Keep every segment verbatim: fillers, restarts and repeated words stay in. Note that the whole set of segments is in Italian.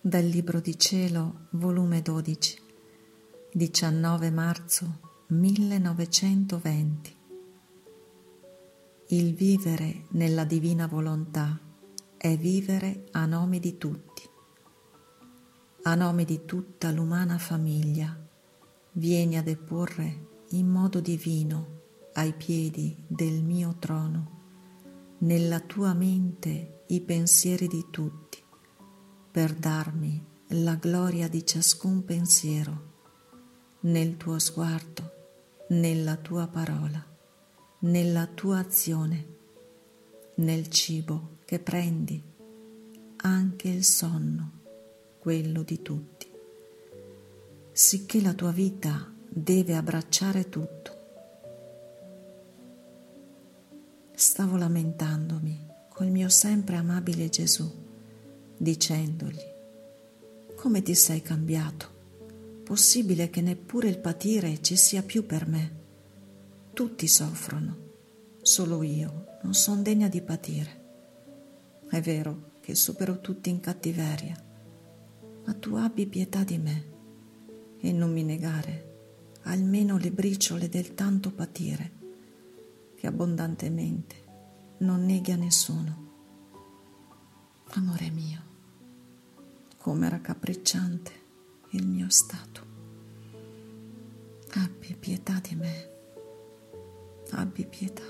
Dal Libro di Cielo, volume dodici, diciannove marzo millenovecentoventi. Il vivere nella divina volontà è vivere a nome di tutti, a nome di tutta l'umana famiglia. Vieni a deporre in modo divino ai piedi del mio trono, nella tua mente i pensieri di tutti, per darmi la gloria di ciascun pensiero, nel tuo sguardo, nella tua parola, nella tua azione, nel cibo che prendi, anche il sonno, quello di tutti, sicché la tua vita deve abbracciare tutto. Stavo lamentandomi col mio sempre amabile Gesù, dicendogli: come ti sei cambiato? Possibile che neppure il patire ci sia più per me? Tutti soffrono, solo io non son degna di patire. È vero che supero tutti in cattiveria, ma tu abbi pietà di me e non mi negare almeno le briciole del tanto patire che abbondantemente non neghi a nessuno. Amore mio, come raccapricciante il mio stato. Abbi pietà di me, abbi pietà.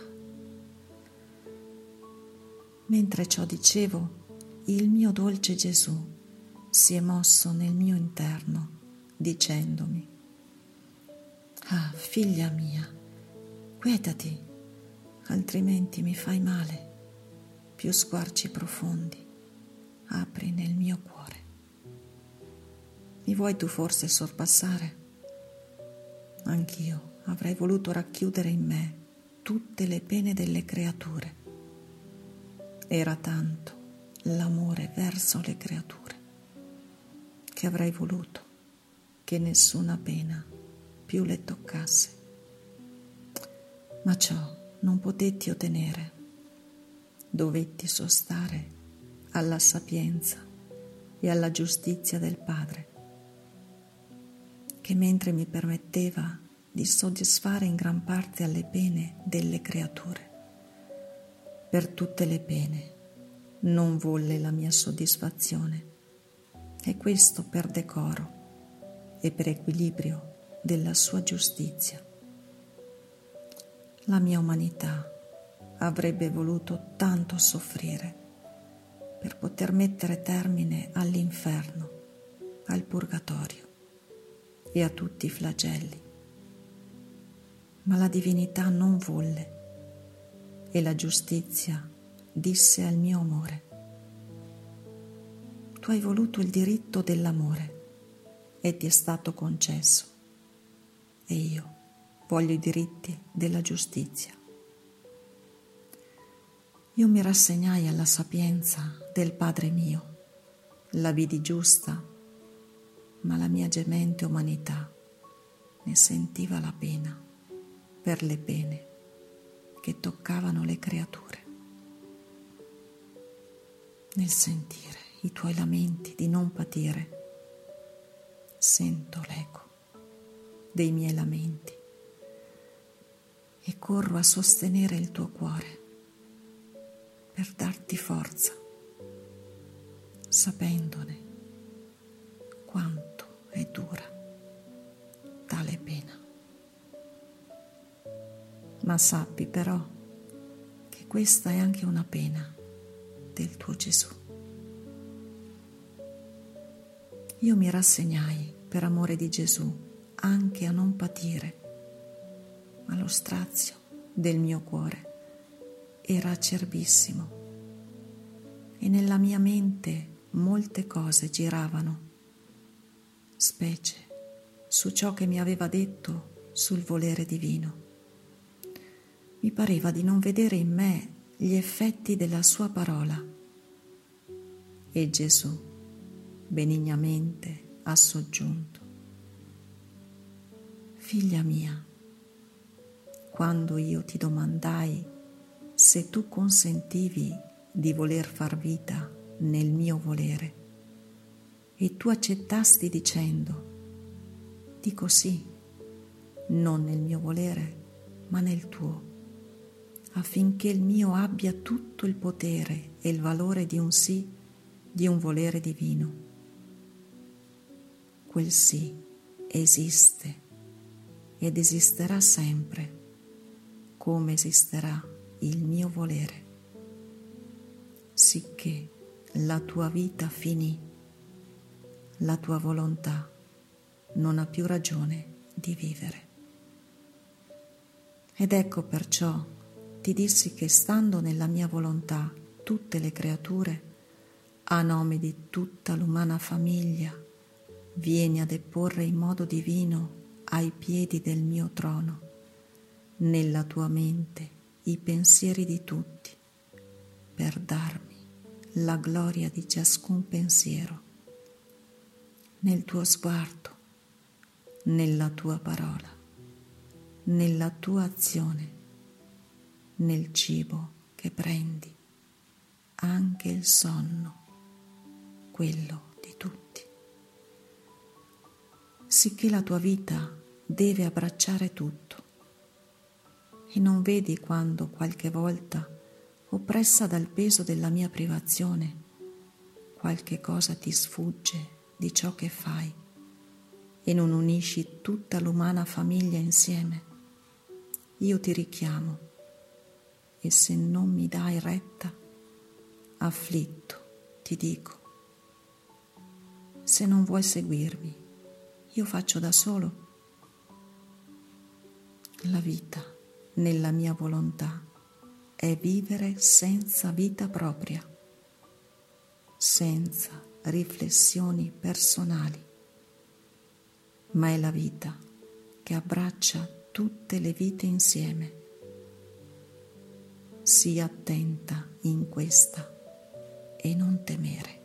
Mentre ciò dicevo, il mio dolce Gesù si è mosso nel mio interno, dicendomi: ah, figlia mia, quietati, altrimenti mi fai male. Più squarci profondi apri nel mio cuore. Mi vuoi tu forse sorpassare? Anch'io avrei voluto racchiudere in me tutte le pene delle creature. Era tanto l'amore verso le creature che avrei voluto che nessuna pena più le toccasse. Ma ciò non potetti ottenere. Dovetti sostare alla sapienza e alla giustizia del Padre, che mentre mi permetteva di soddisfare in gran parte alle pene delle creature, per tutte le pene non volle la mia soddisfazione, e questo per decoro e per equilibrio della sua giustizia. La mia umanità avrebbe voluto tanto soffrire per poter mettere termine all'inferno, al purgatorio e a tutti i flagelli. Ma la divinità non volle e la giustizia disse al mio amore: tu hai voluto il diritto dell'amore e ti è stato concesso, e io voglio i diritti della giustizia. Io mi rassegnai alla sapienza del Padre mio, la vidi giusta, ma la mia gemente umanità ne sentiva la pena per le pene che toccavano le creature. Nel sentire i tuoi lamenti di non patire, sento l'eco dei miei lamenti e corro a sostenere il tuo cuore per darti forza, sapendone quanto è dura tale pena. Ma sappi però che questa è anche una pena del tuo Gesù. Io mi rassegnai per amore di Gesù anche a non patire, ma lo strazio del mio cuore era acerbissimo e nella mia mente molte cose giravano, specie su ciò che mi aveva detto sul volere divino. Mi pareva di non vedere in me gli effetti della sua parola, e Gesù benignamente ha soggiunto: figlia mia, quando io ti domandai se tu consentivi di voler far vita nel mio volere, e tu accettasti dicendo: dico sì, non nel mio volere, ma nel tuo, affinché il mio abbia tutto il potere e il valore di un sì, di un volere divino. Quel sì esiste ed esisterà sempre, come esisterà il mio volere, sicché la tua vita finì, la tua volontà non ha più ragione di vivere. Ed ecco perciò ti dissi che stando nella mia volontà tutte le creature, a nome di tutta l'umana famiglia, vieni a deporre in modo divino ai piedi del mio trono, nella tua mente, i pensieri di tutti, per darmi la gloria di ciascun pensiero, nel tuo sguardo, nella tua parola, nella tua azione, nel cibo che prendi, anche il sonno, quello di tutti. Sicché la tua vita deve abbracciare tutto, e non vedi quando qualche volta, oppressa dal peso della mia privazione, qualche cosa ti sfugge di ciò che fai e non unisci tutta l'umana famiglia insieme? Io ti richiamo e se non mi dai retta, afflitto ti dico: se non vuoi seguirmi, io faccio da solo. La vita nella mia volontà è vivere senza vita propria, senza riflessioni personali, ma è la vita che abbraccia tutte le vite insieme. Sii attenta in questa e non temere.